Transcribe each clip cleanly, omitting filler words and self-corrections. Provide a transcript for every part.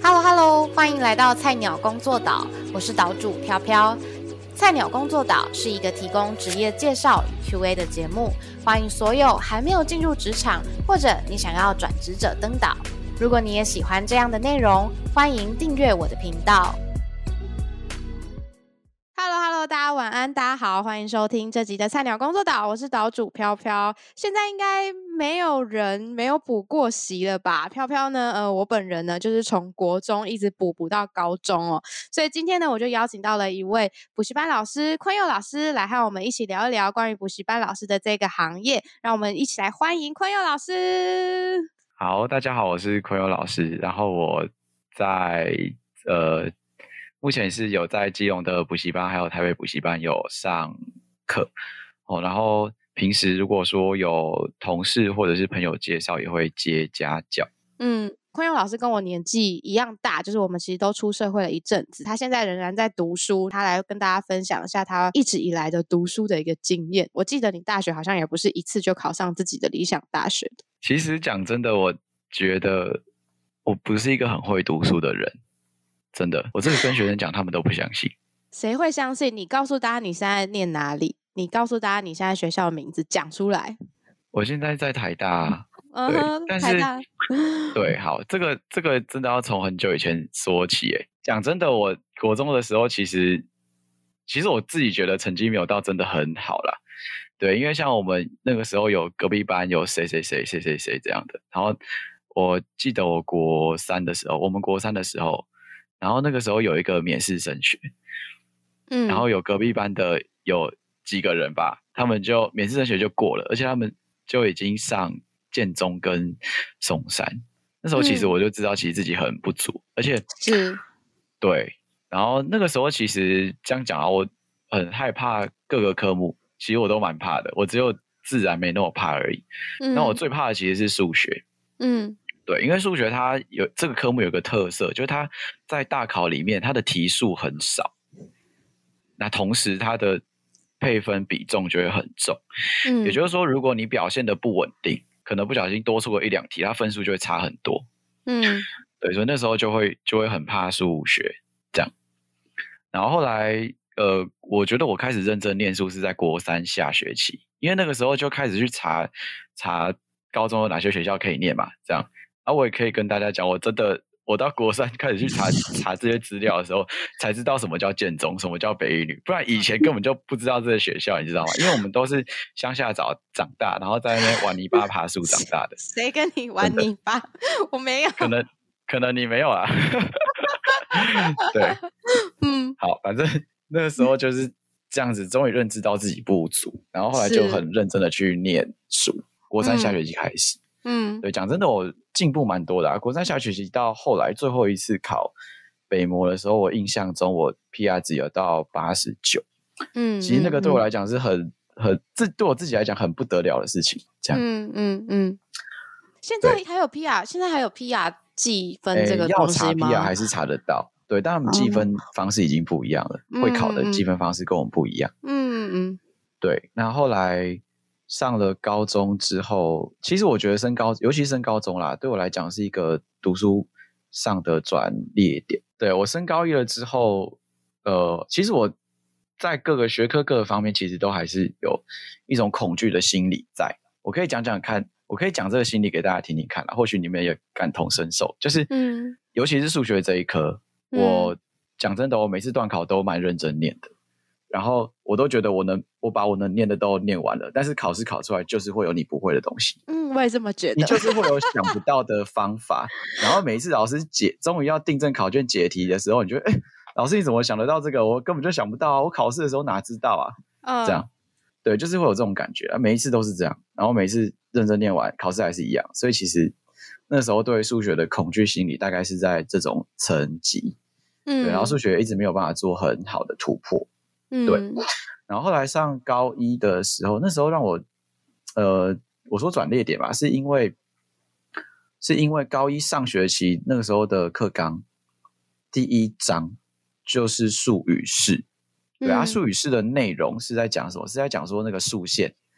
Hello Hello， 欢迎来到菜鸟工作岛，我是岛主飘飘。菜鸟工作岛是一个提供职业介绍与 QA 的节目，欢迎所有还没有进入职场或者你想要转职者登岛。如果你也喜欢这样的内容，欢迎订阅我的频道。Hello， 大家晚安，大家好，欢迎收听这集的菜鸟工作岛，我是岛主飘飘。现在应该没有人没有补过习了吧？飘飘呢，我本人呢就是从国中一直补到高中哦，所以今天呢我就邀请到了一位补习班老师坤佑老师来和我们一起聊一聊关于补习班老师的这个行业，让我们一起来欢迎坤佑老师。 好，大家好，我是坤佑老师，然后我在目前是有在基隆的补习班还有台北补习班有上课然后平时如果说有同事或者是朋友介绍也会接家教。 坤佑老师跟我年纪一样大，就是我们其实都出社会了一阵子，他现在仍然在读书，他来跟大家分享一下他一直以来的读书的一个经验。我记得你大学好像也不是一次就考上自己的理想大学的。 其实讲真的，我觉得我不是一个很会读书的人，真的，我这个跟学生讲他们都不相信。 谁会相信？你告诉大家你现在念哪里，你告诉大家你现在学校的名字讲出来。 我现在在台大对，但是对，好，这个真的要从很久以前说起耶。讲真的，我国中的时候其实我自己觉得成绩没有到真的很好啦。对，因为像我们那个时候有隔壁班有谁这样的，然后我记得我国三的时候，然后那个时候有一个免试升学，然后有隔壁班的有几个人吧，他们就免试升学就过了，而且他们就已经上建中跟松山。那时候其实我就知道其实自己很不足，而且是对，然后那个时候其实这样讲啊，我很害怕各个科目，其实我都蛮怕的，我只有自然没那么怕而已。那我最怕的其实是数学。对，因为数学它有这个科目有个特色，就是它在大考里面它的题数很少，那同时它的配分比重就会很重。也就是说如果你表现的不稳定，可能不小心多出个一两题，它分数就会差很多。对，所以那时候就会很怕数学这样。然后后来我觉得我开始认真念书是在国三下学期，因为那个时候就开始去查高中有哪些学校可以念嘛，这样。我也可以跟大家讲，我到国三开始去查这些资料的时候，才知道什么叫建中，什么叫北一女，不然以前根本就不知道这些学校，你知道吗？因为我们都是乡下长大，然后在那边玩泥巴爬树长大的。 谁跟你玩泥巴？我没有。 可能你没有啦。对，好，反正那个时候就是这样子，终于认知到自己不足，然后后来就很认真的去念书。国三下学期开始。对，讲真的，我进步蛮多的啊。国三下学期到后来最后一次考北模的时候，我印象中我 PR 值有到89。其实那个对我来讲是这对我自己来讲很不得了的事情。这样。 现在还有 PR， 现在还有 PR 计分这个东西吗？ 要查 PR 还是查得到？对，但他们计分方式已经不一样了，会考的计分方式跟我们不一样。对，那后来上了高中之后，其实我觉得尤其升高中啦，对我来讲是一个读书上的转捩点。对，我升高一了之后，其实我在各个学科各个方面其实都还是有一种恐惧的心理在。我可以讲讲看，我可以讲这个心理给大家听听看啦，或许你们也感同身受。就是尤其是数学这一科，我讲真的，我每次段考都蛮认真念的。然后我都觉得我把我能念的都念完了，但是考试考出来就是会有你不会的东西。 我也这么觉得。 你就是会有想不到的方法。然后每一次老师终于要订正考卷解题的时候，你就老师你怎么想得到这个？我根本就想不到啊！我考试的时候哪知道啊？这样，对，就是会有这种感觉啊。每一次都是这样，然后每一次认真念完，考试还是一样。所以其实那时候对数学的恐惧心理大概是在这种层级。对，然后数学一直没有办法做很好的突破。对，然后后来上高一的时候，那时候让我我说转捩点吧，是因为高一上学期那个时候的课纲第一章就是数与式。对啊，数与式的内容是在讲什么？是在讲说那个数线，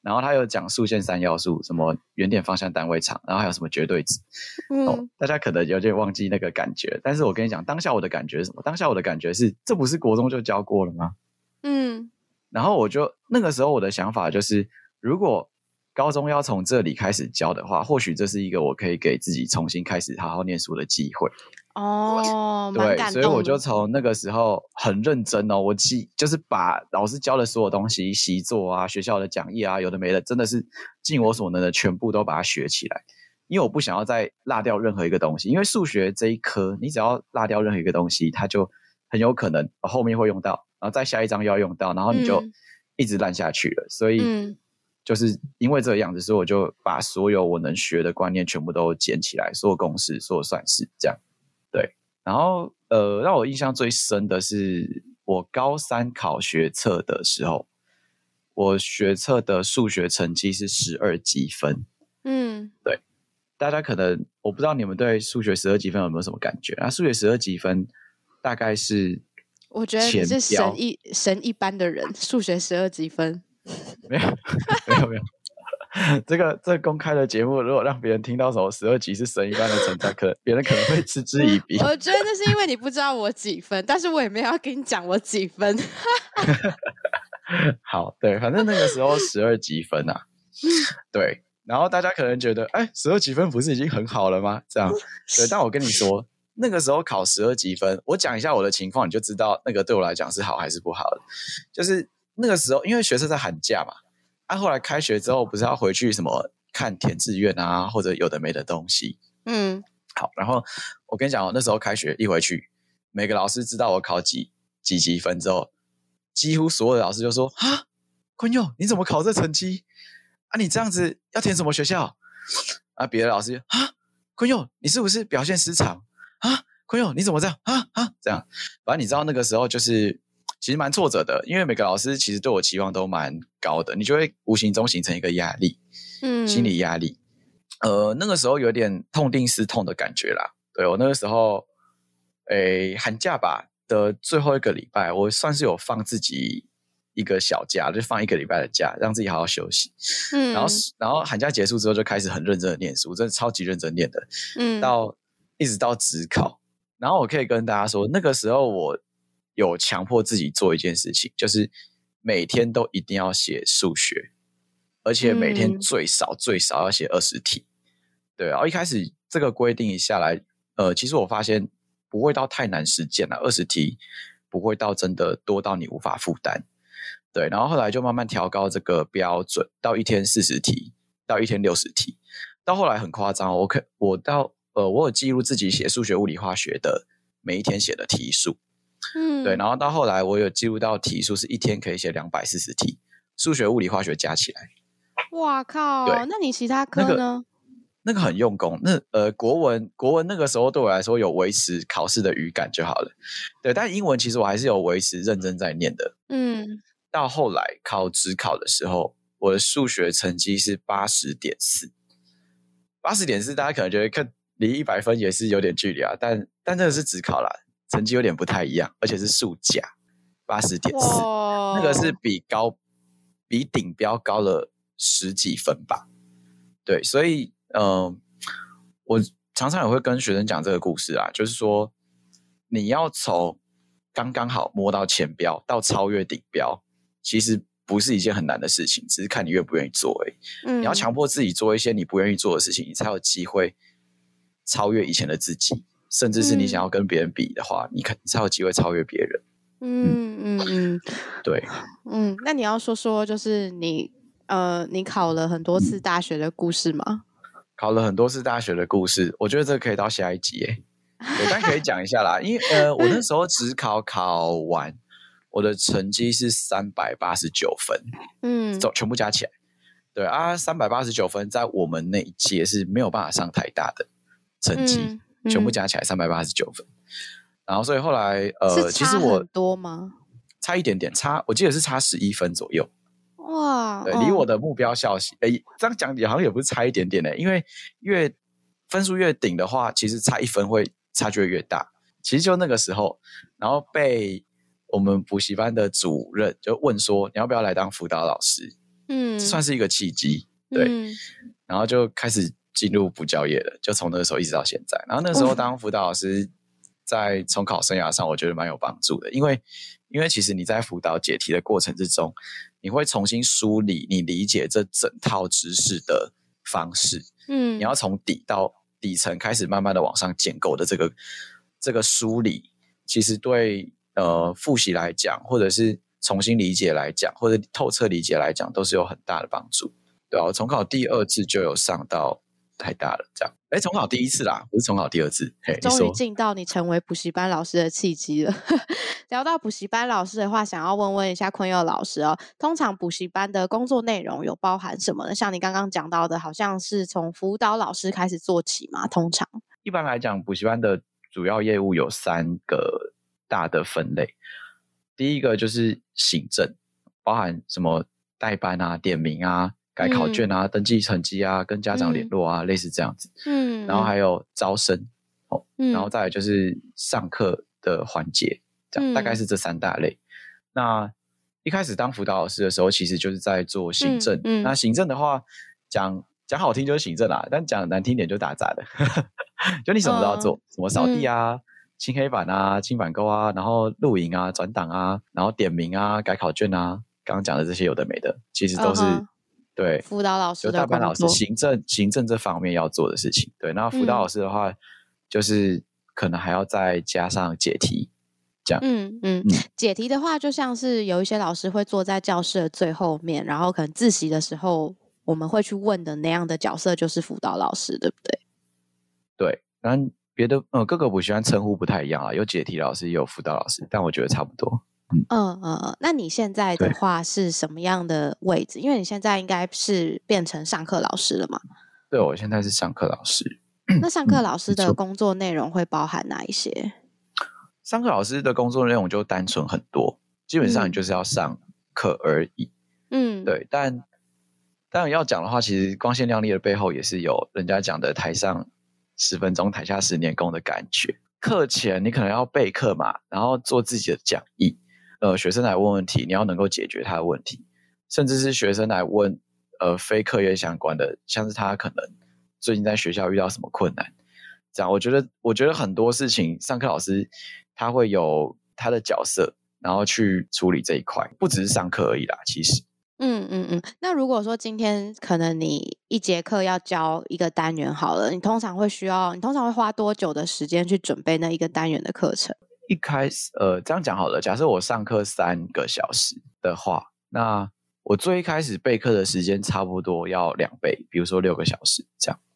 然后他有讲数线三要素，什么原点、方向、单位、场，然后还有什么绝对值。大家可能有点忘记那个感觉，但是我跟你讲，当下我的感觉是什么？当下我的感觉是，这不是国中就教过了吗？然后我就那个时候我的想法就是，如果高中要从这里开始教的话，或许这是一个我可以给自己重新开始好好念书的机会。 对， 所以我就从那个时候很认真我就是把老师教的所有东西，习作啊、学校的讲义啊，有的没的，真的是尽我所能的全部都把它学起来。因为我不想要再落掉任何一个东西，因为数学这一科，你只要落掉任何一个东西，它就很有可能后面会用到，然后再下一章又要用到，然后你就一直烂下去了。所以就是因为这个样子，所以我就把所有我能学的观念全部都捡起来，所有公式、所有算式这样。对，然后让我印象最深的是我高3考学测的时候，我学测的数学成绩是12几分。对，大家可能我不知道你们对数学12几分有没有什么感觉数学12几分大概是， 我觉得你是神一般的人，数学12几分。 没有这个公开的节目，如果让别人听到什么12级是神一般的存在，别人可能会嗤之以鼻。 我觉得那是因为你不知道我几分，但是我也没有要跟你讲我几分。 好，对，反正那个时候12几分对，然后大家可能觉得12几分不是已经很好了吗？这样对，但我跟你说那个时候考12几分，我讲一下我的情况，你就知道那个对我来讲是好还是不好的。就是那个时候因为学测在寒假嘛，后来开学之后不是要回去什么看填志愿啊，或者有的没的东西。好，然后我跟你讲那时候开学一回去，每个老师知道我考几分之后，几乎所有的老师就说坤佑你怎么考这成绩你这样子要填什么学校别的老师坤佑你是不是表现失常坤佑你怎么这样这样。反正你知道那个时候就是其实蛮挫折的，因为每个老师其实对我期望都蛮高的，你就会无形中形成一个压力，心理压力。那个时候有点痛定思痛的感觉啦。对，我那个时候寒假吧的最后一个礼拜，我算是有放自己一个小假，就放1个礼拜的假，让自己好好休息。然后寒假结束之后就开始很认真的念书，真的超级认真念的。一直到指考。然后我可以跟大家说，那个时候我有强迫自己做一件事情，就是每天都一定要写数学，而且每天最少要写20题。对，然后一开始这个规定一下来，其实我发现不会到太难实践了，20题不会到真的多到你无法负担。对，然后后来就慢慢调高这个标准，到一天40题，到一天60题，到后来很夸张，我有记录自己写数学、物理、化学的每一天写的题数。对，然后到后来我有记录到题数是一天可以写240题，数学、物理、化学加起来。 哇靠！那你其他科呢？ 那个很用功。那国文那个时候对我来说有维持考试的语感就好了。对，但英文其实我还是有维持认真在念的。到后来考指考的时候，我的数学成绩是80.4。80.4大家可能觉得看离100分也是有点距离但这个是指考啦，成绩有点不太一样，而且是数甲80.4，那个是比顶标高了10几分吧。对，所以我常常也会跟学生讲这个故事就是说你要从刚刚好摸到前标到超越顶标，其实不是一件很难的事情，只是看你愿不愿意做而已。你要强迫自己做一些你不愿意做的事情，你才有机会超越以前的自己，甚至是你想要跟别人比的话，你才有机会超越别人。对。 那你要说说就是你考了很多次大学的故事吗？ 考了很多次大学的故事，我觉得这可以到下一集我当然可以讲一下啦，因为我那时候指考完，我的成绩是389分，全部加起来。对389分在我们那一届是没有办法上台大的成绩，全部加起来389分。然后所以后来其实我很多吗？ 差一点点，我记得是差11分左右。 哇， 对，离我的目标校系，这样讲好像也不是差一点点因为分数越顶的话，其实差1分会差距会越大。其实就那个时候，然后被我们补习班的主任就问说，你要不要来当辅导老师？ 这算是一个契机，对，然后就开始进入补教业了，就从那个时候一直到现在。然后那时候当辅导老师，在重考生涯上，我觉得蛮有帮助的，因为其实你在辅导解题的过程之中，你会重新梳理你理解这整套知识的方式，你要从底到底层开始慢慢的往上建构的这个梳理，其实对复习来讲，或者是重新理解来讲，或者透彻理解来讲，都是有很大的帮助。对啊，我重考第2次就有上到台大了，这样。重考第1次啦，不是重考第2次。 终于进到你成为补习班老师的契机了。聊到补习班老师的话，想要问一下坤佑老师哦，通常补习班的工作内容有包含什么呢？像你刚刚讲到的，好像是从辅导老师开始做起嘛？通常一般来讲，补习班的主要业务有3个大的分类。第一个就是行政，包含什么代班啊、点名啊、改考卷啊、登记成绩啊、跟家长联络啊，类似这样子。然后还有招生，然后再来就是上课的环节，这样大概是这3大类。那一开始当辅导老师的时候，其实就是在做行政。那行政的话，讲好听就是行政啦，但讲难听点就打杂的。就你什么都要做，什么扫地啊、清黑板啊、清板钩啊，然后录影啊、转档啊，然后点名啊、改考卷啊，刚刚讲的这些有的没的，其实都是对辅导老师的就代班老师行政这方面要做的事情。对，那辅导老师的话，就是可能还要再加上解题。这样解题的话，就像是有一些老师会坐在教室的最后面，然后可能自习的时候我们会去问的那样的角色，就是辅导老师，对不对？ 对，当然别的各个补习班称呼不太一样啦，有解题老师也有辅导老师，但我觉得差不多。 那你现在的话是什么样的位置？因为你现在应该是变成上课老师了嘛？ 对，我现在是上课老师。 那上课老师的工作内容会包含哪一些？ 上课老师的工作内容就单纯很多，基本上你就是要上课而已。对，但要讲的话，其实光鲜亮丽的背后也是有人家讲的台上10分钟，台下10年功的感觉。课前你可能要备课嘛，然后做自己的讲义，学生来问问题，你要能够解决他的问题，甚至是学生来问非课业相关的，像是他可能最近在学校遇到什么困难，这样我觉得很多事情上课老师他会有他的角色，然后去处理这一块，不只是上课而已啦，其实。 那如果说今天可能你一节课要教一个单元好了，你通常会花多久的时间去准备那一个单元的课程？ 一开始这样讲好了，假设我上课3个小时的话，那我最一开始备课的时间差不多要2倍，比如说6个小时这样。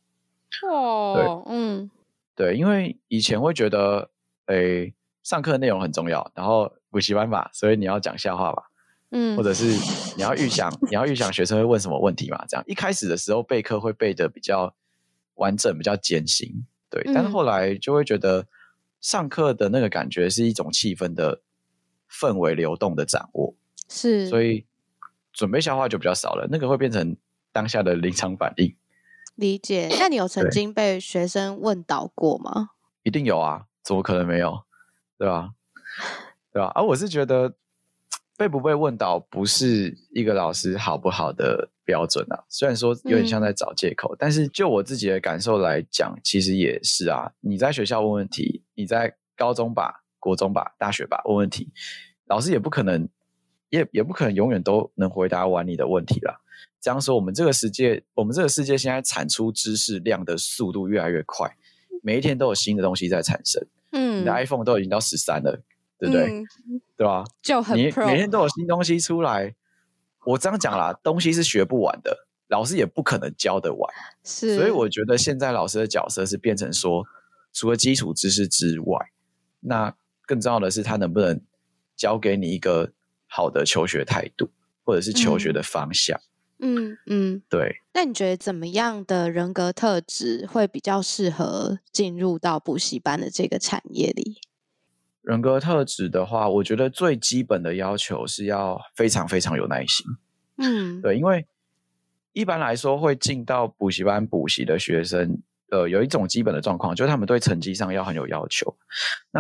对，因为以前会觉得上课内容很重要，然后补习班吧，所以你要讲笑话吧，或者是你要预想学生会问什么问题嘛，这样一开始的时候备课会备得比较完整，比较艰辛。对，但是后来就会觉得上课的那个感觉是一种气氛的氛围流动的掌握， 是， 所以准备笑话就比较少了，那个会变成当下的临场反应。 理解。那你有曾经被学生问倒过吗？ 一定有啊，怎么可能没有？对吧？我是觉得被不被问倒不是一个老师好不好的标准啊，虽然说有点像在找借口，但是就我自己的感受来讲，其实也是啊。你在学校问问题，你在高中吧、国中吧、大学吧问问题，老师也不可能永远都能回答完你的问题啦。这样说，我们这个世界现在产出知识量的速度越来越快，每一天都有新的东西在产生。你的 iPhone 都已经到13了，对不对？对吧？ 就很 pro， 每天都有新东西出来。我这样讲啦，东西是学不完的，老师也不可能教得完。 是， 所以我觉得现在老师的角色是变成说，除了基础知识之外，那更重要的是他能不能教给你一个好的求学态度，或者是求学的方向。对。 那你觉得怎么样的人格特质会比较适合进入到补习班的这个产业里？ 人格特质的话，我觉得最基本的要求是要非常非常有耐心。对，因为一般来说会进到补习班补习的学生，有一种基本的状况，就是他们对成绩上要很有要求。那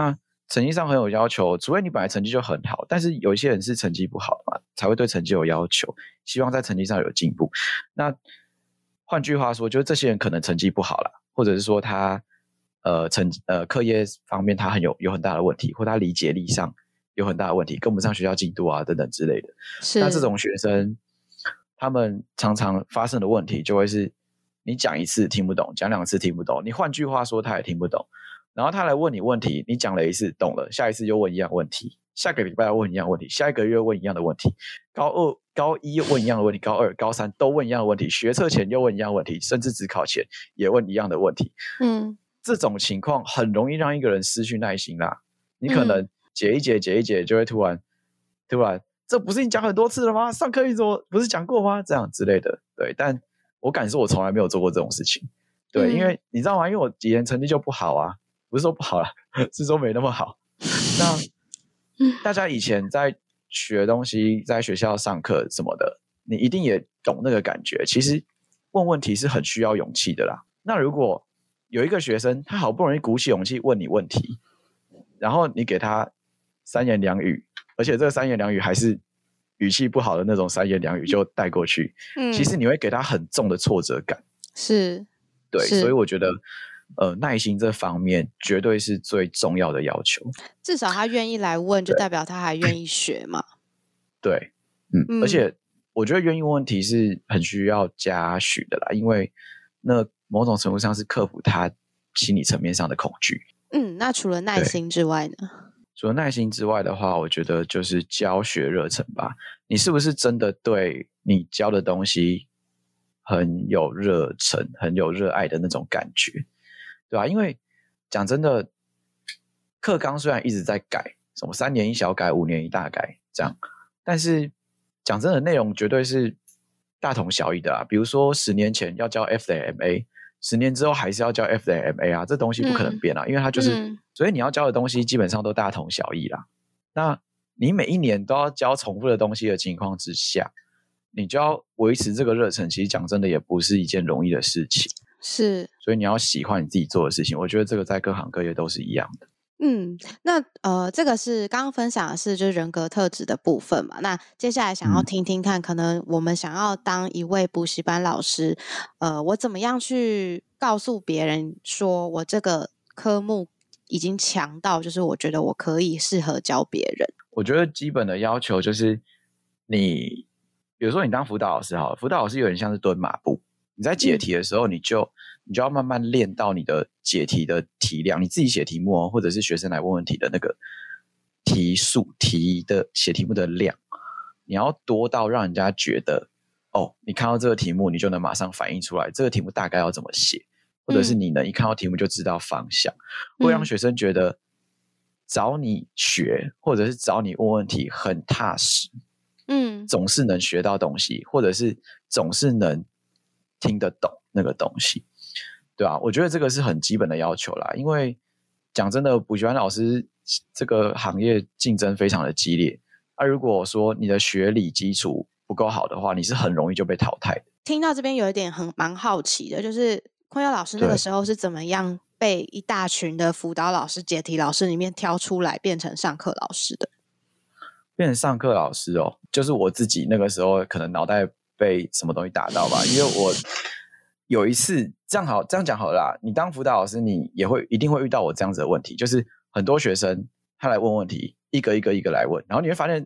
成绩上很有要求，除非你本来成绩就很好，但是有一些人是成绩不好的嘛，才会对成绩有要求，希望在成绩上有进步。那换句话说，就是这些人可能成绩不好啦，或者是说他课业方面他有很大的问题，或他理解力上有很大的问题，跟不上学校进度啊等等之类的。那这种学生，他们常常发生的问题就会是，你讲一次听不懂，讲2次听不懂，你换句话说他也听不懂，然后他来问你问题，你讲了一次懂了，下一次又问一样问题，下个礼拜要问一样问题，下一个月问一样的问题，高一又问一样的问题，高2、高3都问一样的问题，学测前又问一样的问题，甚至指考前也问一样的问题。这种情况很容易让一个人失去耐心啦。你可能解一解就会突然，这不是你讲很多次了吗？上课你怎么不是讲过吗？这样之类的。对，但我敢说我从来没有做过这种事情。对，因为你知道吗？因为我以前成绩就不好啊，不是说不好啦，是说没那么好。那大家以前在学东西，在学校上课什么的，你一定也懂那个感觉。其实问问题是很需要勇气的啦。那如果有一个学生，他好不容易鼓起勇气问你问题，然后你给他3言2语，而且这个3言2语还是语气不好的那种3言2语就带过去，其实你会给他很重的挫折感。 是， 对，所以我觉得耐心这方面绝对是最重要的要求。 至少他愿意来问，就代表他还愿意学嘛。 对，而且我觉得愿意问问题是很需要嘉许的啦，因为那某种程度上是克服他心理层面上的恐惧。 那除了耐心之外呢？ 除了耐心之外的话，我觉得就是教学热忱吧。你是不是真的对你教的东西很有热忱、很有热爱的那种感觉，对吧？因为讲真的，课纲虽然一直在改，什么3年一小改、5年一大改这样，但是讲真的，内容绝对是大同小异的啊。比如说10年前要教 F 等于 MA，10年之后还是要教 F 等于 MA 啊，这东西不可能变啊，因为它就是，所以你要教的东西基本上都大同小异啦。那你每一年都要教重复的东西的情况之下，你就要维持这个热忱，其实讲真的也不是一件容易的事情。 是， 所以你要喜欢你自己做的事情，我觉得这个在各行各业都是一样的。 那这个是刚刚分享的是就是人格特质的部分嘛，那接下来想要听听看，可能我们想要当一位补习班老师，我怎么样去告诉别人说我这个科目已经强到就是我觉得我可以适合教别人。 我觉得基本的要求就是你比如说你当辅导老师好了，辅导老师有点像是蹲马步，你在解题的时候你就要慢慢练到你的解题的题量，你自己写题目或者是学生来问问题的那个题数题的写题目的量，你要多到让人家觉得你看到这个题目你就能马上反映出来这个题目大概要怎么写，或者是你能一看到题目就知道方向，会让学生觉得找你学或者是找你问问题很踏实，总是能学到东西，或者是总是能听得懂那个东西，对啊，我觉得这个是很基本的要求啦。因为讲真的，补习班老师这个行业竞争非常的激烈，如果说你的学理基础不够好的话，你是很容易就被淘汰的。 听到这边有一点蛮好奇的，就是坤佑老师那个时候是怎么样被一大群的辅导老师、解题老师里面挑出来变成上课老师的？ 变成上课老师就是我自己那个时候可能脑袋被什么东西打到吧，因为我有一次这样讲好了啦，你当辅导老师你一定会遇到我这样子的问题，就是很多学生他来问问题，一个来问，然后你会发现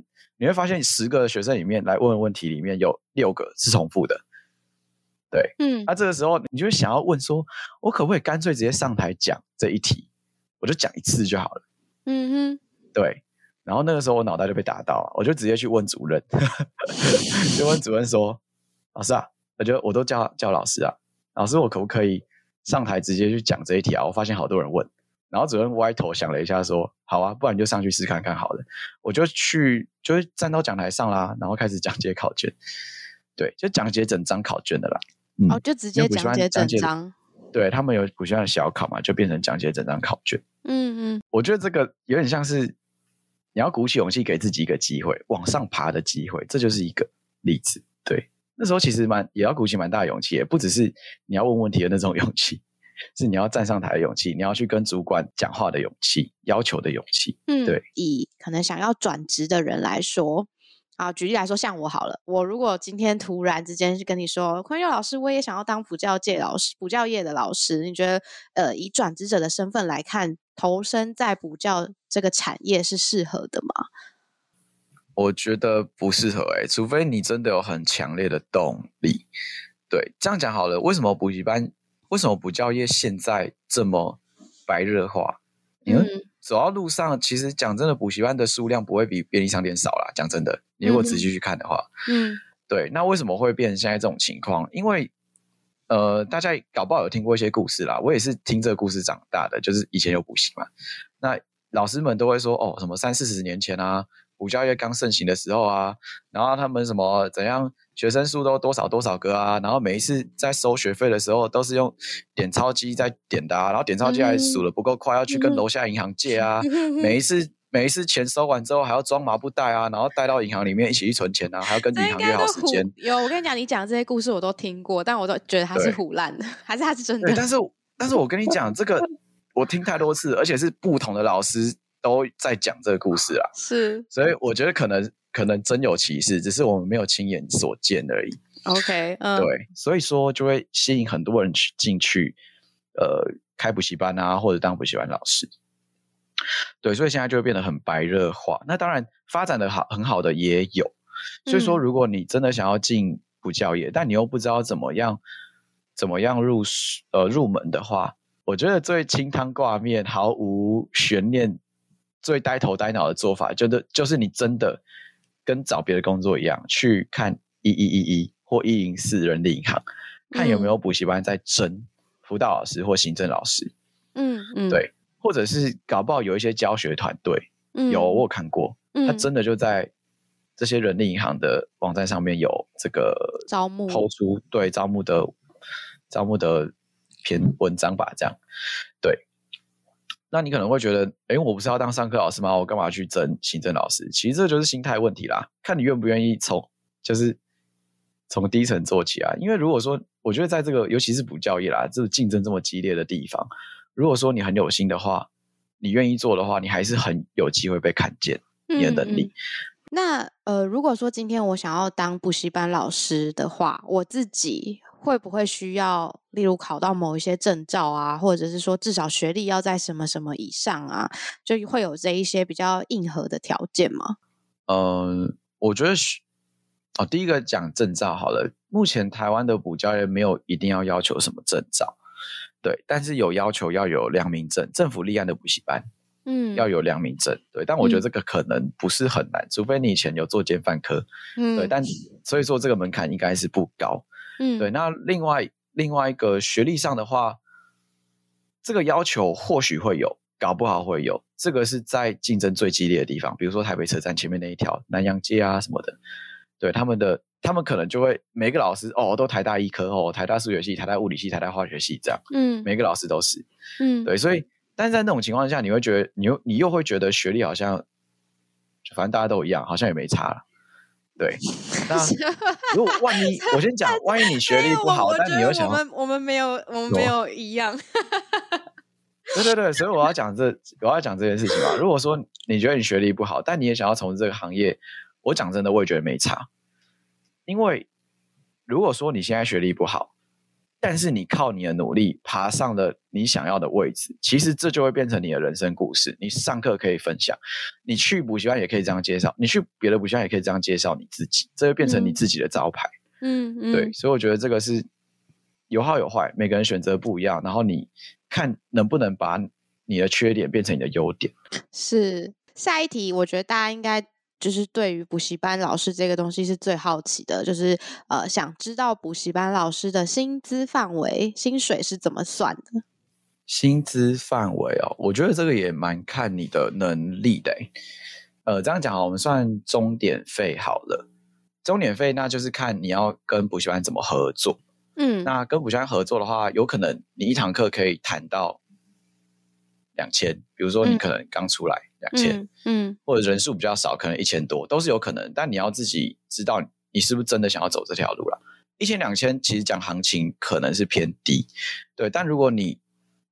10个学生里面来问问题里面有6个是重复的。对，这个时候你就会想要问说，我可不可以干脆直接上台讲这一题，我就讲一次就好了。对，然后那个时候我脑袋就被打到了，我就直接去问主任就问主任说，老师啊，我都叫老师啊，老师我可不可以上台直接去讲这一题啊？我发现好多人问。然后主任歪头想了一下说，好啊，不然你就上去试看看好了。我就会站到讲台上啦，然后开始讲解考卷。对，就讲解整张考卷的啦。 就直接讲解整张。 对，他们有补习班的小考嘛，就变成讲解整张考卷。我觉得这个有点像是你要鼓起勇气给自己一个机会，往上爬的机会，这就是一个例子。对，那时候其实也要鼓起蛮大的勇气，也不只是你要问问题的那种勇气。 是你要站上台的勇气，你要去跟主管讲话的勇气，要求的勇气。对， 以可能想要转职的人来说，举例来说，像我好了，我如果今天突然之间跟你说，坤佑老师，我也想要当补教业的老师，你觉得以转职者的身份来看，投身在补教这个产业是适合的吗？ 我觉得不适合除非你真的有很强烈的动力。对，这样讲好了，为什么补教业现在这么白热化？因为走到路上，其实讲真的，补习班的数量不会比便利商店少啦。讲真的，你如果仔细去看的话，对，那为什么会变成现在这种情况？因为大家搞不好有听过一些故事啦，我也是听这个故事长大的，就是以前有补习嘛，那老师们都会说什么30-40年前啊，补教业刚盛行的时候啊，然后他们什么怎样学生数都多少多少个啊，然后每一次在收学费的时候都是用点钞机在点的啊，然后点钞机还数得不够快，要去跟楼下银行借啊，每一次钱收完之后还要装麻布袋啊，然后带到银行里面一起去存钱啊，还要跟银行约好时间。 有，我跟你讲，你讲这些故事我都听过，但我都觉得他是唬烂的，还是他是真的？ 对，但是我跟你讲，这个我听太多次，而且是不同的老师都在讲这个故事啊。 是， 所以我觉得可能真有其事，只是我们没有亲眼所见而已。 OK， 对，所以说就会吸引很多人进去，开补习班啊，或者当补习班老师。对，所以现在就会变得很白热化。那当然发展的很好的也有，所以说如果你真的想要进补教业，但你又不知道怎么样入门的话，我觉得最清汤挂面、毫无悬念、最呆头呆脑的做法，就是你真的跟找别的工作一样，去看1111或104人力银行，看有没有补习班在征辅导老师或行政老师。对。或者是搞不好有一些教学团队，我有看过，他真的就在这些人力银行的网站上面有这个招募抛出对招募的篇文章吧，这样。对，那你可能会觉得，我不是要当上课老师吗？我干嘛去争行政老师？其实这就是心态问题啦，看你愿不愿意从低层做起啊。因为如果说，我觉得在这个尤其是补教业啦，这个竞争这么激烈的地方。如果说你很有心的话，你愿意做的话，你还是很有机会被看见你的能力。 那如果说今天我想要当补习班老师的话，我自己会不会需要例如考到某一些证照啊，或者是说至少学历要在什么什么以上啊，就会有这一些比较硬核的条件吗？ 我觉得第一个讲证照好了，目前台湾的补教业没有一定要求什么证照。对，但是有要求要有良民证，政府立案的补习班，要有良民证。对，但我觉得这个可能不是很难，除非你以前有做奸犯科。对，但所以说这个门槛应该是不高。对，那另外一个学历上的话，这个要求或许会有，搞不好会有，这个是在竞争最激烈的地方，比如说台北车站前面那一条南洋街啊什么的。对，他们可能就会每个老师都台大医科台大数学系、台大物理系、台大化学系这样，每个老师都是，对，所以但是在那种情况下，你会觉得你又会觉得学历好像反正大家都一样，好像也没差了，对。那如果万一我先讲，万一你学历不好，但你又想我们没有一样， 对，所以我要讲这件事情嘛。如果说你觉得你学历不好，但你也想要从事这个行业，我讲真的，我也觉得没差。因为如果说你现在学历不好，但是你靠你的努力爬上了你想要的位置，其实这就会变成你的人生故事。你上课可以分享，你去补习班也可以这样介绍，你去别的补习班也可以这样介绍你自己，这会变成你自己的招牌。对，所以我觉得这个是有好有坏，每个人选择不一样，然后你看能不能把你的缺点变成你的优点。是， 下一题我觉得大家应该就是对于补习班老师这个东西是最好奇的，就是想知道补习班老师的薪资范围、薪水是怎么算的？ 薪资范围我觉得这个也蛮看你的能力的。这样讲我们算钟点费好了。钟点费那就是看你要跟补习班怎么合作。那跟补习班合作的话，有可能你一堂课可以谈到2000，比如说你可能刚出来2000，或者人数比较少，可能1000多都是有可能，但你要自己知道你是不是真的想要走这条路啦。1000、2000其实讲行情可能是偏低，对，但如果你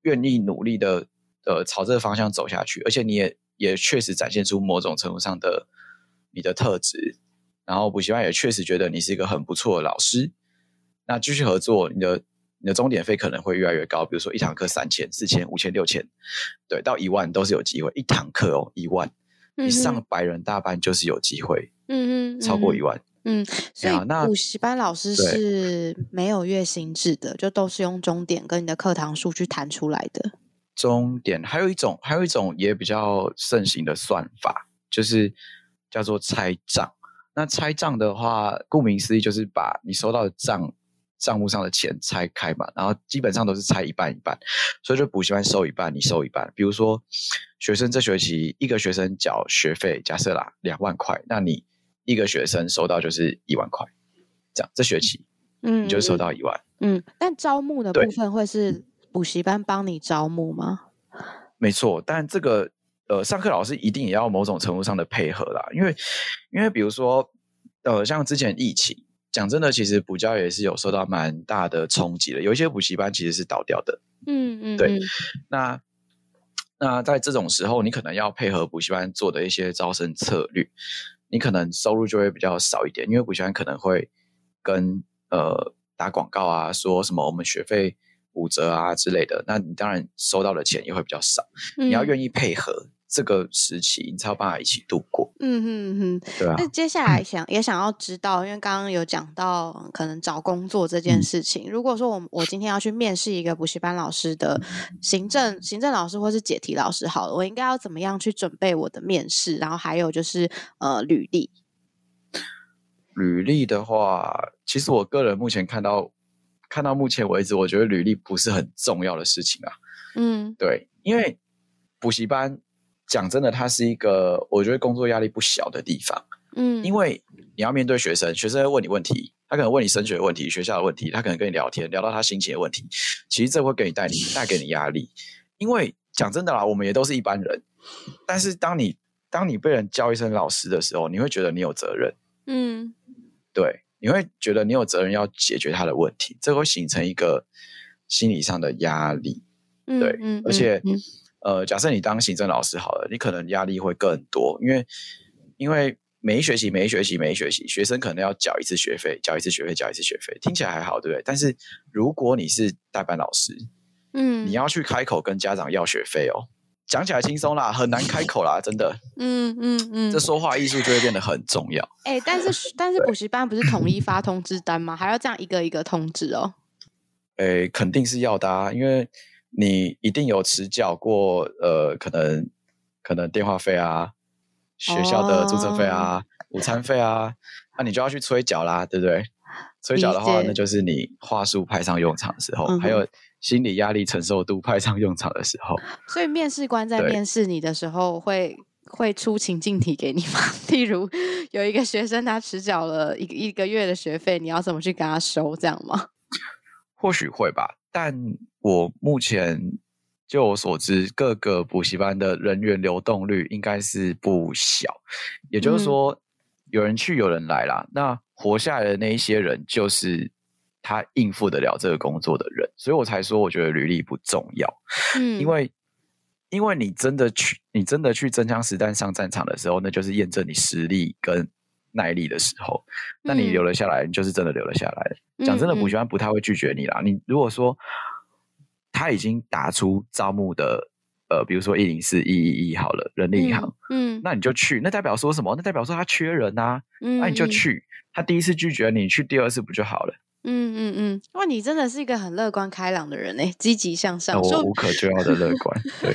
愿意努力的朝这个方向走下去，而且你也确实展现出某种程度上的你的特质，然后补习班也确实觉得你是一个很不错的老师，那继续合作，你的钟点费可能会越来越高，比如说一堂课3000、4000、5000、6000，对，到1万都是有机会，一堂课1万，你上100人大班就是有机会，超过1万。 所以补习班老师是没有月薪制的，就都是用钟点跟你的课堂数去谈出来的。 钟点还有一种也比较盛行的算法，就是叫做拆账。那拆账的话，顾名思义就是把你收到的账目上的钱拆开嘛，然后基本上都是拆一半一半，所以就补习班收一半，你收一半。比如说学生这学期一个学生缴学费，假设啦2万块，那你一个学生收到就是1万块，这样这学期你就收到1万。 但招募的部分会是补习班帮你招募吗？ 没错，但这个上课老师一定也要某种程度上的配合啦，因为比如说像之前疫情，讲真的，其实补教也是有受到蛮大的冲击的，有一些补习班其实是倒掉的。对。那在这种时候，你可能要配合补习班做的一些招生策略，你可能收入就会比较少一点，因为补习班可能会跟打广告啊，说什么我们学费5折啊之类的，那你当然收到的钱也会比较少。你要愿意配合这个时期，你才有办法一起度过。对啊。 那接下来也想要知道，因为刚刚有讲到可能找工作这件事情，如果说我今天要去面试一个补习班老师的行政老师或是解题老师好了，我应该要怎么样去准备我的面试？然后还有就是履历。 履历的话，其实我个人目前看到目前为止，我觉得履历不是很重要的事情啊。对，因为补习班讲真的，它是一个我觉得工作压力不小的地方。因为你要面对学生会问你问题，他可能问你升学的问题、学校的问题，他可能跟你聊天，聊到他心情的问题，其实这会给你带给你压力。因为讲真的啦，我们也都是一般人，但是当你被人叫一声老师的时候，你会觉得你有责任。对，你会觉得你有责任要解决他的问题，这会形成一个心理上的压力。对，而且假设你当行政老师好了，你可能压力会更多，因为每一学期学生可能要缴一次学费，听起来还好，对不对？但是如果你是代班老师，你要去开口跟家长要学费哦，讲起来轻松啦，很难开口啦，真的。这说话艺术就会变得很重要。 但是补习班不是统一发通知单吗？还要这样一个一个通知哦？ 肯定是要的啊，因为你一定有迟缴过可能电话费啊、学校的注册费啊、午餐费啊，那你就要去催缴啦，对不对？催缴的话，那就是你话术派上用场的时候，还有心理压力承受度派上用场的时候。 所以面试官在面试你的时候会出情境题给你吗？例如有一个学生他迟缴了一个月的学费，你要怎么去跟他收，这样吗？ 或许会吧，但我目前就我所知，各个补习班的人员流动率应该是不小，也就是说，有人去有人来啦。那活下来的那一些人，就是他应付得了这个工作的人，所以我才说，我觉得履历不重要。因为你真的去真枪实弹上战场的时候，那就是验证你实力跟耐力的时候，那你留了下来，你就是真的留了下来。讲真的，补习班不太会拒绝你啦。你如果说他已经打出招募的比如说104、111好了，人力银行，那你就去，那代表说什么？那代表说他缺人啊，那你就去。他第一次拒绝你，去第二次不就好了？ 哇，你真的是一个很乐观开朗的人欸，积极向上， 我无可救药的乐观。对。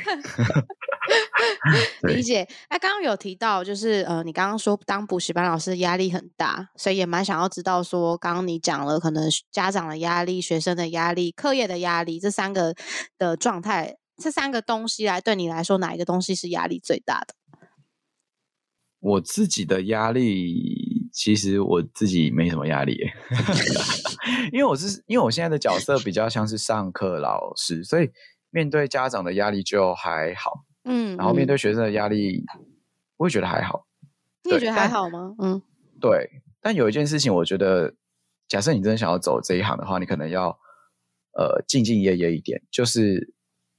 理解。刚刚有提到就是你刚刚说当补习班老师压力很大，所以也蛮想要知道说，刚刚你讲了可能家长的压力、学生的压力、课业的压力，这3个的状态，这3个东西对你来说，哪一个东西是压力最大的？ 我自己的压力，其实我自己没什么压力耶因为我现在的角色比较像是上课老师，所以面对家长的压力就还好。然后面对学生的压力，我也觉得还好。 你也觉得还好吗？ 对，但有一件事情，我觉得，假设你真的想要走这一行的话，你可能要兢兢业业一点，就是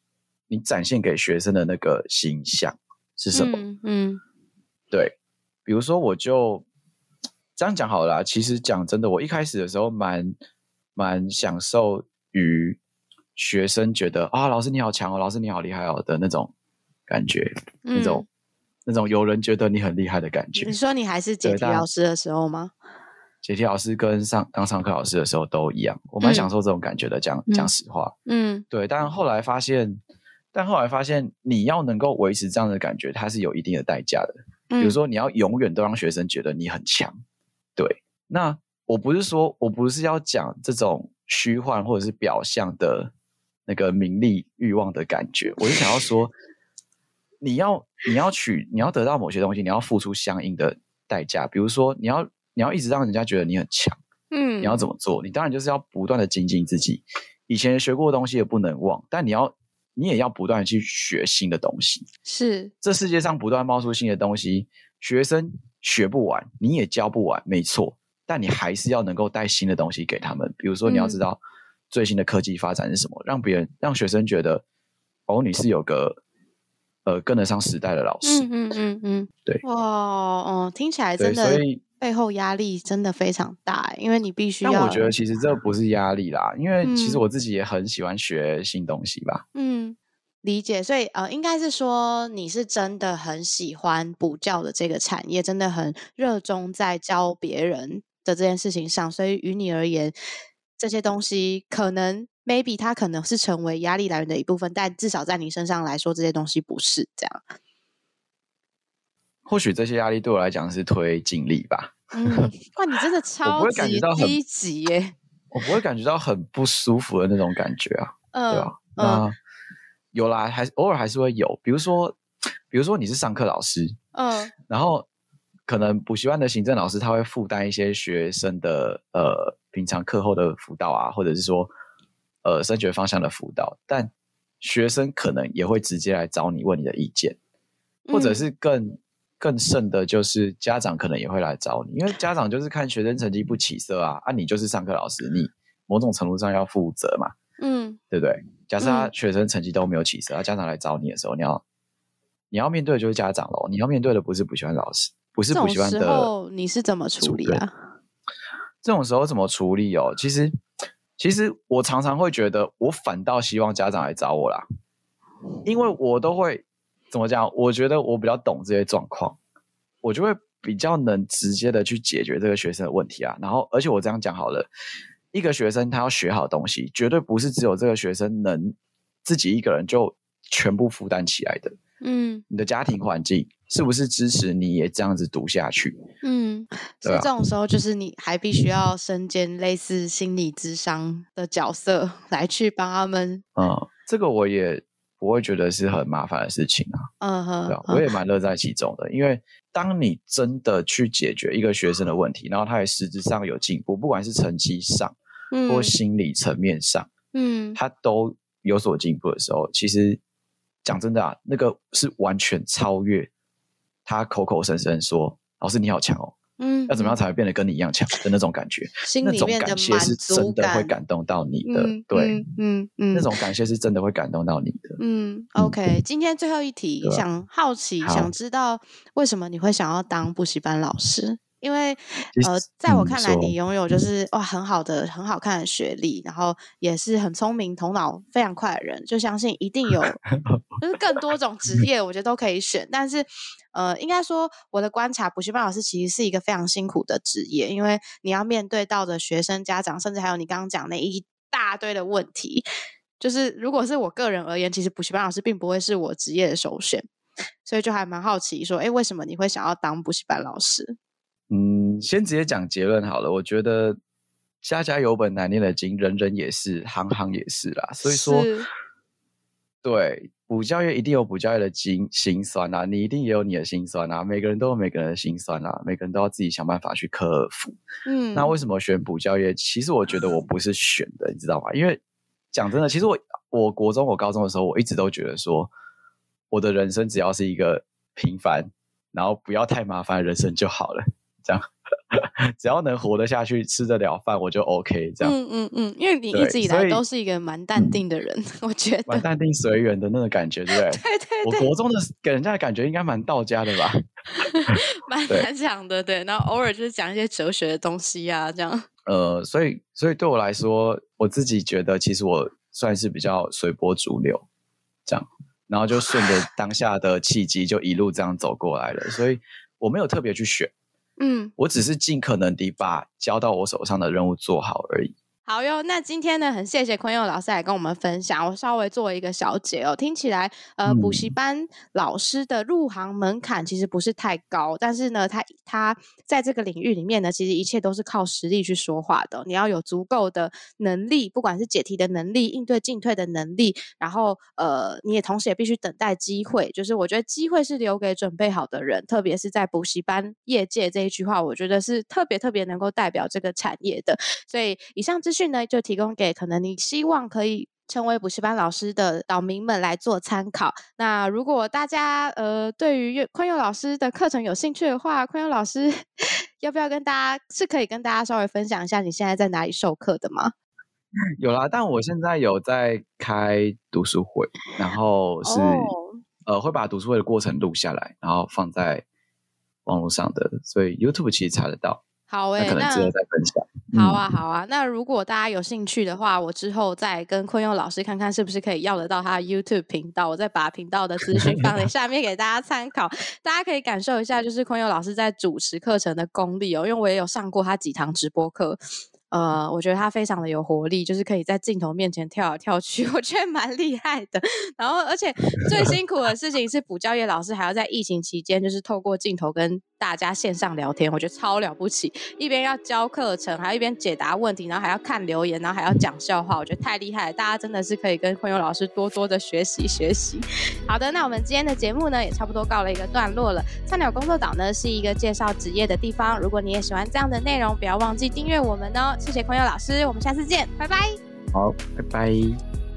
你展现给学生的那个形象是什么？对，比如说我就这样讲好了啦，其实讲真的，我一开始的时候蛮享受于学生觉得啊，老师你好强哦，老师你好厉害哦的那种感觉，那种有人觉得你很厉害的感觉。 你说你还是解题老师的时候吗？ 解题老师跟当上课老师的时候都一样，我蛮享受这种感觉的，讲实话。对，但后来发现你要能够维持这样的感觉，它是有一定的代价的。比如说你要永远都让学生觉得你很强。对，那我不是要讲这种虚幻或者是表象的那个名利欲望的感觉，我是想要说你要得到某些东西，你要付出相应的代价。比如说你要一直让人家觉得你很强，你要怎么做？你当然就是要不断的精进自己，以前学过的东西也不能忘，但你也要不断的去学新的东西。 是，这世界上不断冒出新的东西，学生学不完，你也教不完，没错，但你还是要能够带新的东西给他们。比如说你要知道最新的科技发展是什么，让学生觉得哦，你是有个跟得上时代的老师。对， 哇，听起来真的，所以背后压力真的非常大，因为你必须要。 但我觉得其实这不是压力啦，因为其实我自己也很喜欢学新东西吧。 理解。所以应该是说你是真的很喜欢补教的这个产业，真的很热衷在教别人的这件事情上，所以于你而言，这些东西可能 maybe 它可能是成为压力来源的一部分，但至少在你身上来说，这些东西不是这样。 或许这些压力对我来讲是推进力吧。 哇，你真的超级积极耶！ 我不会感觉到很不舒服的那种感觉啊，对吧？那有啦，偶尔还是会有。比如说你是上课老师，然后可能补习班的行政老师他会负担一些学生的平常课后的辅导啊，或者是说升学方向的辅导，但学生可能也会直接来找你问你的意见，或者是更甚的就是家长可能也会来找你，因为家长就是看学生成绩不起色啊，你就是上课老师，你某种程度上要负责嘛，对不对？假设他学生成绩都没有起色，家长来找你的时候，你要面对的就是家长咯，你要面对的不是补习班老师，不是补习班的。这种时候你是怎么处理啊？ 这种时候怎么处理哦？其实我常常会觉得，我反倒希望家长来找我啦，因为我都会怎么讲？我觉得我比较懂这些状况，我就会比较能直接的去解决这个学生的问题啊。然后，而且我这样讲好了，一个学生他要学好东西，绝对不是只有这个学生能自己一个人就全部负担起来的。你的家庭环境是不是支持你也这样子读下去？ 所以这种时候就是你还必须要身兼类似心理諮商的角色来去帮他们。 这个我也不会觉得是很麻烦的事情啊。对啊，我也蛮乐在其中的，因为当你真的去解决一个学生的问题，然后他也实质上有进步，不管是成绩上或心理层面上，他都有所进步的时候，其实讲真的啊，那个是完全超越他口口声声说老师你好强哦，要怎么样才会变得跟你一样强的那种感觉， 心里面的满足感， 那种感谢是真的会感动到你的。对，那种感谢是真的会感动到你的。 OK， 今天最后一题，想知道为什么你会想要当补习班老师？因为在我看来，你拥有就是很好看的学历，然后也是很聪明、头脑非常快的人，就相信一定有就是更多种职业，我觉得都可以选。但是应该说我的观察，补习班老师其实是一个非常辛苦的职业，因为你要面对到的学生、家长，甚至还有你刚刚讲那一大堆的问题。就是如果是我个人而言，其实补习班老师并不会是我职业的首选，所以就还蛮好奇说，为什么你会想要当补习班老师？ 先直接讲结论好了。我觉得家家有本难念的经，人人也是，行行也是啦。所以说，对，补教业一定有补教业的辛酸啊，你一定也有你的辛酸啊，每个人都有每个人的辛酸啊，每个人都要自己想办法去克服。那为什么选补教业？其实我觉得我不是选的，你知道吗？因为讲真的，其实我国中、我高中的时候，我一直都觉得说，我的人生只要是一个平凡，然后不要太麻烦的人生就好了。 这样只要能活得下去吃得了饭我就 OK 这样。 因为你一直以来都是一个蛮淡定的人，我觉得蛮淡定随缘的那个感觉，对不对？ 对， 我国中的给人家的感觉应该蛮道家的吧。 蛮难讲的，对，然后偶尔就是讲一些哲学的东西啊这样。 所以对我来说，我自己觉得其实我算是比较随波逐流这样，然后就顺着当下的契机就一路这样走过来了，所以我没有特别去选，我只是尽可能地把交到我手上的任务做好而已。 好哟，那今天呢，很谢谢坤佑老师来跟我们分享。我稍微做一个小结哦，听起来补习班老师的入行门槛其实不是太高，但是呢，他在这个领域里面呢，其实一切都是靠实力去说话的。你要有足够的能力，不管是解题的能力、应对进退的能力，然后你也同时也必须等待机会。就是我觉得机会是留给准备好的人，特别是在补习班业界这一句话，我觉得是特别能够代表这个产业的。所以以上资讯呢，就提供给可能你希望可以成为补习班老师的岛民们来做参考。那如果大家对于坤佑老师的课程有兴趣的话，坤佑老师要不要可以跟大家稍微分享一下你现在在哪里授课的吗？ 有啦，但我现在有在开读书会，然后是会把读书会的过程录下来，然后放在网络上的，所以 YouTube 其实查得到。 好那可能之后再分享。 好啊，那如果大家有兴趣的话，我之后再跟坤佑老师看看是不是可以要得到他的 YouTube 频道，我再把频道的资讯放在下面给大家参考。大家可以感受一下就是坤佑老师在主持课程的功力哦，因为我也有上过他几堂直播课。我觉得他非常的有活力，就是可以在镜头面前跳来跳去，我觉得蛮厉害的。然后而且最辛苦的事情是补教业老师还要在疫情期间就是透过镜头跟大家线上聊天，我觉得超了不起，一边要教课程还要一边解答问题，然后还要看留言，然后还要讲笑话，我觉得太厉害了。大家真的是可以跟坤佑老师多多的学习。好的，那我们今天的节目呢也差不多告了一个段落了。菜鸟工作岛呢是一个介绍职业的地方，如果你也喜欢这样的内容，不要忘记订阅我们哦。谢谢坤佑老师，我们下次见，拜拜。 好，拜拜。